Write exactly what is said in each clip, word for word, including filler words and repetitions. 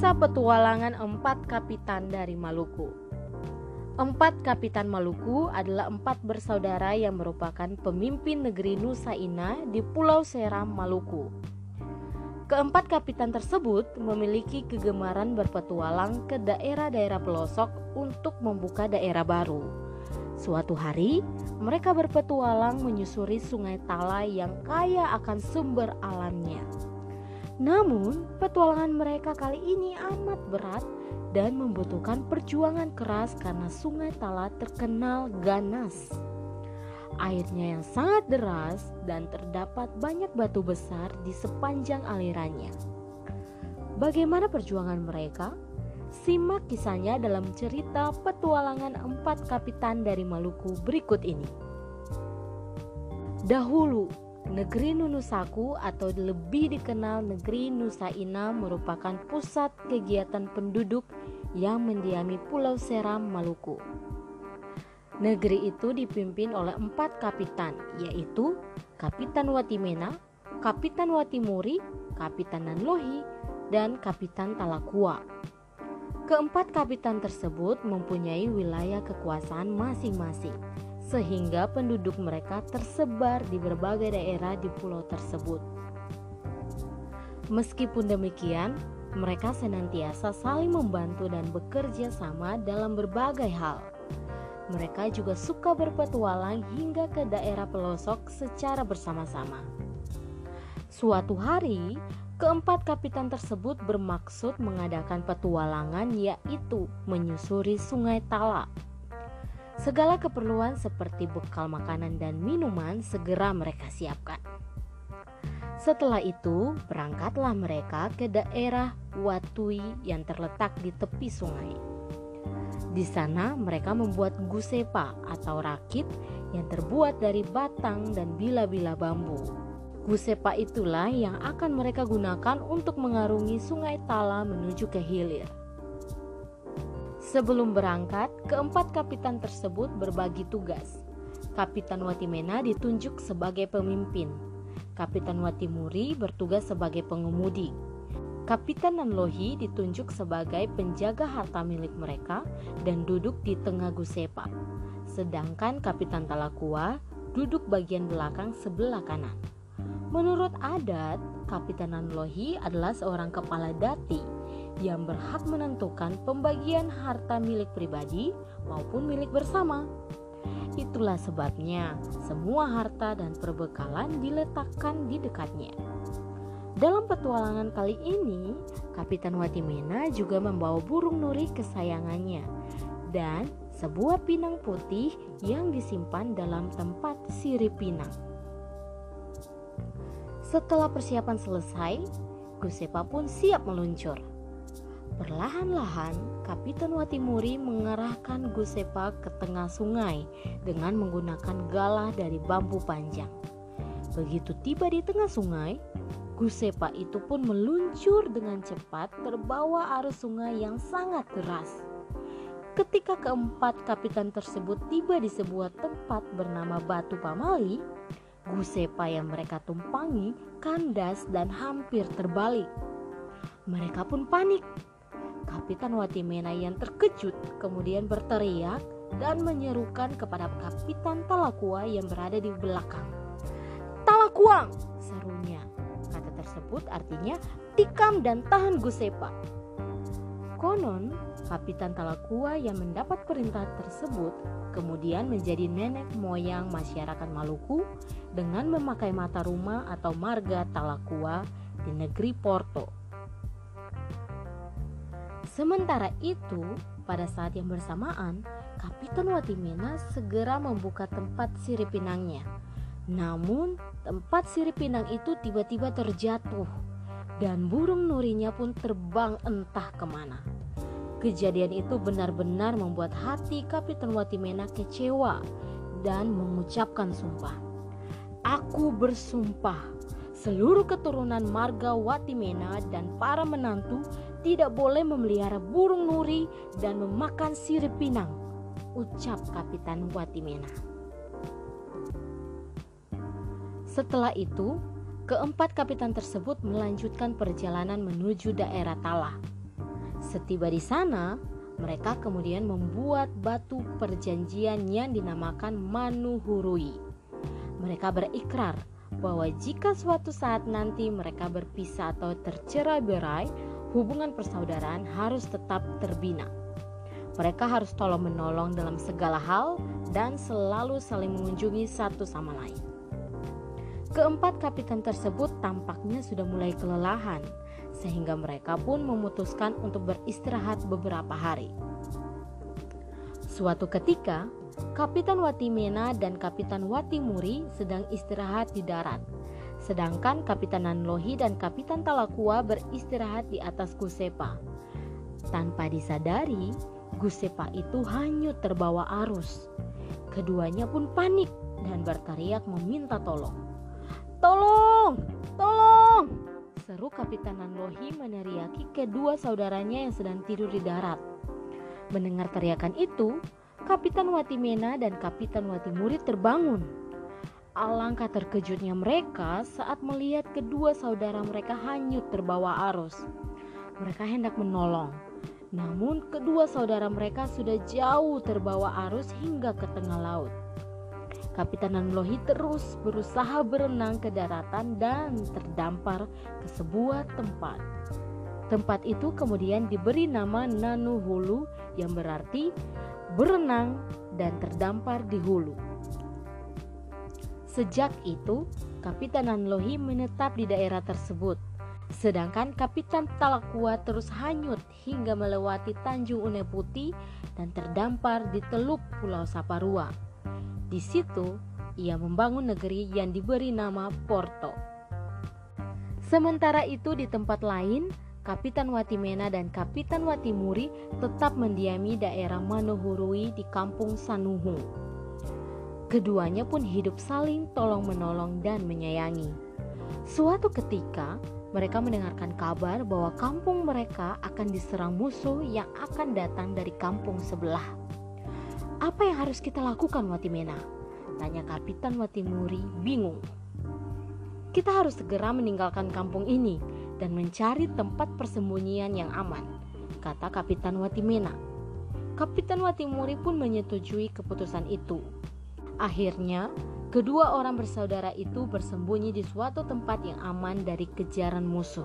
Kisah petualangan empat kapitan dari Maluku. Empat kapitan Maluku adalah empat bersaudara yang merupakan pemimpin negeri Nusa Ina di Pulau Seram, Maluku. Keempat kapitan tersebut memiliki kegemaran berpetualang ke daerah-daerah pelosok untuk membuka daerah baru. Suatu hari, mereka berpetualang menyusuri Sungai Tala yang kaya akan sumber alamnya. Namun, petualangan mereka kali ini amat berat dan membutuhkan perjuangan keras karena Sungai Tala terkenal ganas. Airnya yang sangat deras dan terdapat banyak batu besar di sepanjang alirannya. Bagaimana perjuangan mereka? Simak kisahnya dalam cerita petualangan empat kapitan dari Maluku berikut ini. Dahulu, negeri Nunusaku atau lebih dikenal negeri Nusa Ina merupakan pusat kegiatan penduduk yang mendiami Pulau Seram, Maluku. Negeri itu dipimpin oleh empat kapitan, yaitu Kapitan Watimena, Kapitan Watimuri, Kapitan Nanlohi, dan Kapitan Talakua. Keempat kapitan tersebut mempunyai wilayah kekuasaan masing-masing, sehingga penduduk mereka tersebar di berbagai daerah di pulau tersebut. Meskipun demikian, mereka senantiasa saling membantu dan bekerja sama dalam berbagai hal. Mereka juga suka berpetualang hingga ke daerah pelosok secara bersama-sama. Suatu hari, keempat kapitan tersebut bermaksud mengadakan petualangan, yaitu menyusuri Sungai Tala. Segala keperluan seperti bekal makanan dan minuman segera mereka siapkan. Setelah itu, berangkatlah mereka ke daerah Watui yang terletak di tepi sungai. Di sana mereka membuat gusepa atau rakit yang terbuat dari batang dan bila-bila bambu. Gusepa itulah yang akan mereka gunakan untuk mengarungi Sungai Tala menuju ke hilir. Sebelum berangkat, keempat kapitan tersebut berbagi tugas. Kapitan Watimena ditunjuk sebagai pemimpin. Kapitan Watimuri bertugas sebagai pengemudi. Kapitan Nanlohi ditunjuk sebagai penjaga harta milik mereka dan duduk di tengah gusepa. Sedangkan Kapitan Talakua duduk bagian belakang sebelah kanan. Menurut adat, Kapitan Nanlohi adalah seorang kepala dati yang berhak menentukan pembagian harta milik pribadi maupun milik bersama. Itulah sebabnya semua harta dan perbekalan diletakkan di dekatnya. Dalam petualangan kali ini, Kapitan Watimena juga membawa burung nuri kesayangannya dan sebuah pinang putih yang disimpan dalam tempat sirip pinang. Setelah persiapan selesai, gusepa pun siap meluncur. Perlahan-lahan, Kapitan Watimuri mengarahkan gusepa ke tengah sungai dengan menggunakan galah dari bambu panjang. Begitu tiba di tengah sungai, gusepa itu pun meluncur dengan cepat terbawa arus sungai yang sangat deras. Ketika keempat kapitan tersebut tiba di sebuah tempat bernama Batu Pamali, gusepa yang mereka tumpangi kandas dan hampir terbalik. Mereka pun panik. Kapitan Watimena yang terkejut kemudian berteriak dan menyerukan kepada Kapitan Talakua yang berada di belakang. "Talakuang!" serunya. Kata tersebut artinya tikam dan tahan gusepa. Konon, Kapitan Talakua yang mendapat perintah tersebut kemudian menjadi nenek moyang masyarakat Maluku dengan memakai mata rumah atau marga Talakua di negeri Porto. Sementara itu, pada saat yang bersamaan, Kapitan Watimena segera membuka tempat sirip pinangnya. Namun, tempat sirip pinang itu tiba-tiba terjatuh dan burung nurinya pun terbang entah kemana. Kejadian itu benar-benar membuat hati Kapitan Watimena kecewa dan mengucapkan sumpah. "Aku bersumpah, seluruh keturunan marga Watimena dan para menantu tidak boleh memelihara burung nuri dan memakan sirip pinang," ucap Kapitan Watimena. Setelah itu, keempat kapitan tersebut melanjutkan perjalanan menuju daerah Tala. Setiba di sana, mereka kemudian membuat batu perjanjian yang dinamakan Manuhurui. Mereka berikrar bahwa jika suatu saat nanti mereka berpisah atau tercerai-berai, hubungan persaudaraan harus tetap terbina. Mereka harus tolong-menolong dalam segala hal dan selalu saling mengunjungi satu sama lain. Keempat kapitan tersebut tampaknya sudah mulai kelelahan, sehingga mereka pun memutuskan untuk beristirahat beberapa hari. Suatu ketika, Kapitan Watimena dan Kapitan Watimuri sedang istirahat di darat, sedangkan Kapitan Nanlohi dan Kapitan Talakua beristirahat di atas Gusepa. Tanpa disadari, Gusepa itu hanyut terbawa arus. Keduanya pun panik dan berteriak meminta tolong. "Tolong! Tolong!" seru Kapitan Nanlohi meneriaki kedua saudaranya yang sedang tidur di darat. Mendengar teriakan itu, Kapitan Watimena dan Kapitan Watimuri terbangun. Alangkah terkejutnya mereka saat melihat kedua saudara mereka hanyut terbawa arus. Mereka hendak menolong, namun kedua saudara mereka sudah jauh terbawa arus hingga ke tengah laut. Kapitan Nanlohi terus berusaha berenang ke daratan dan terdampar ke sebuah tempat. Tempat itu kemudian diberi nama Nanuhulu, yang berarti berenang dan terdampar di hulu. Sejak itu, Kapitan Nanlohi menetap di daerah tersebut, sedangkan Kapitan Talakua terus hanyut hingga melewati Tanjung Une Putih dan terdampar di teluk Pulau Saparua. Di situ, ia membangun negeri yang diberi nama Porto. Sementara itu di tempat lain, Kapitan Watimena dan Kapitan Watimuri tetap mendiami daerah Manuhurui di kampung Sanuhung. Keduanya pun hidup saling tolong-menolong dan menyayangi. Suatu ketika, mereka mendengarkan kabar bahwa kampung mereka akan diserang musuh yang akan datang dari kampung sebelah. "Apa yang harus kita lakukan, Watimena?" tanya Kapitan Watimuri bingung. "Kita harus segera meninggalkan kampung ini dan mencari tempat persembunyian yang aman," kata Kapitan Watimena. Kapitan Watimuri pun menyetujui keputusan itu. Akhirnya, kedua orang bersaudara itu bersembunyi di suatu tempat yang aman dari kejaran musuh.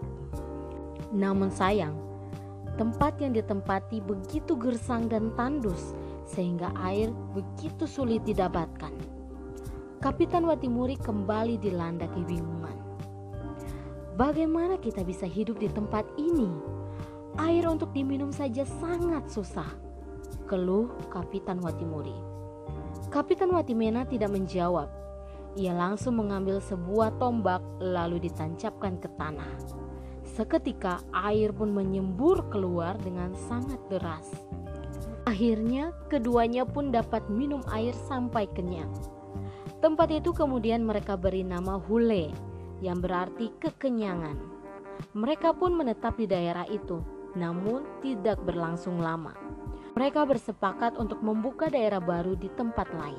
Namun sayang, tempat yang ditempati begitu gersang dan tandus sehingga air begitu sulit didapatkan. Kapitan Watimuri kembali dilanda kebingungan. "Bagaimana kita bisa hidup di tempat ini? Air untuk diminum saja sangat susah," keluh Kapitan Watimuri. Kapitan Watimena tidak menjawab. Ia langsung mengambil sebuah tombak lalu ditancapkan ke tanah. Seketika air pun menyembur keluar dengan sangat deras. Akhirnya keduanya pun dapat minum air sampai kenyang. Tempat itu kemudian mereka beri nama Hule, yang berarti kekenyangan. Mereka pun menetap di daerah itu, namun tidak berlangsung lama. Mereka bersepakat untuk membuka daerah baru di tempat lain.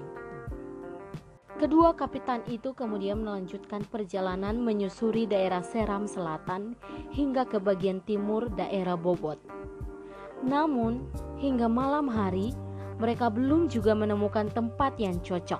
Kedua kapitan itu kemudian melanjutkan perjalanan menyusuri daerah Seram Selatan hingga ke bagian timur daerah Bobot. Namun, hingga malam hari, mereka belum juga menemukan tempat yang cocok.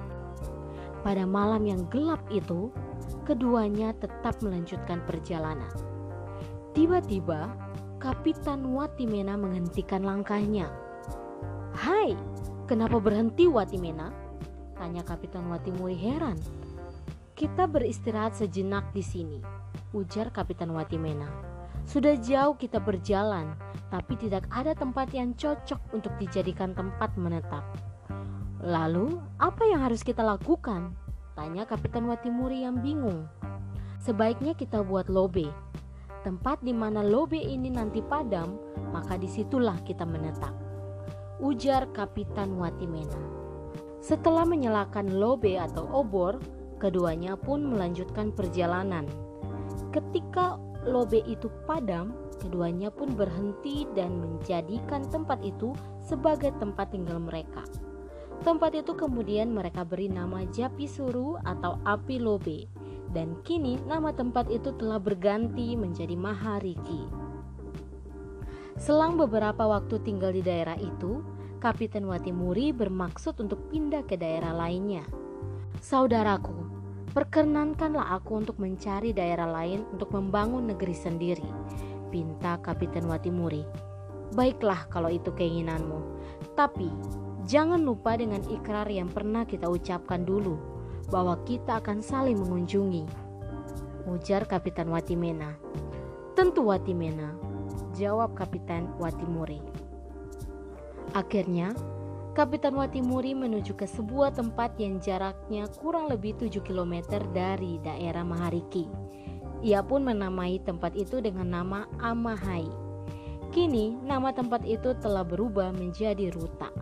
Pada malam yang gelap itu, keduanya tetap melanjutkan perjalanan. Tiba-tiba, Kapitan Watimena menghentikan langkahnya. "Hai, kenapa berhenti, Watimena?" tanya Kapitan Watimuri heran. "Kita beristirahat sejenak di sini," ujar Kapitan Watimena. "Sudah jauh kita berjalan, tapi tidak ada tempat yang cocok untuk dijadikan tempat menetap." "Lalu, apa yang harus kita lakukan?" tanya Kapitan Watimuri yang bingung. "Sebaiknya kita buat lobe. Tempat di mana lobe ini nanti padam, maka disitulah kita menetap," ujar Kapitan Watimena. Setelah menyalakan lobe atau obor, keduanya pun melanjutkan perjalanan. Ketika lobe itu padam, keduanya pun berhenti dan menjadikan tempat itu sebagai tempat tinggal mereka. Tempat itu kemudian mereka beri nama Japisuru atau Api Lobe. Dan kini nama tempat itu telah berganti menjadi Mahariki. Selang beberapa waktu tinggal di daerah itu, Kapiten Watimuri bermaksud untuk pindah ke daerah lainnya. "Saudaraku, perkenankanlah aku untuk mencari daerah lain untuk membangun negeri sendiri," pinta Kapiten Watimuri. "Baiklah kalau itu keinginanmu, tapi jangan lupa dengan ikrar yang pernah kita ucapkan dulu, bahwa kita akan saling mengunjungi," ujar Kapiten Watimena. "Tentu Watimena," jawab Kapiten Watimuri. Akhirnya, Kapiten Watimuri menuju ke sebuah tempat yang jaraknya kurang lebih tujuh kilometer dari daerah Mahariki. Ia pun menamai tempat itu dengan nama Amahai. Kini, nama tempat itu telah berubah menjadi Ruta.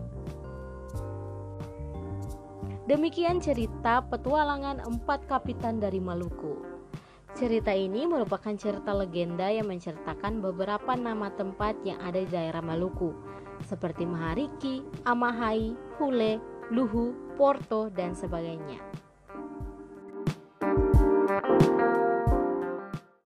Demikian cerita petualangan empat kapitan dari Maluku. Cerita ini merupakan cerita legenda yang menceritakan beberapa nama tempat yang ada di daerah Maluku, seperti Mahariki, Amahai, Hule, Luhu, Porto, dan sebagainya.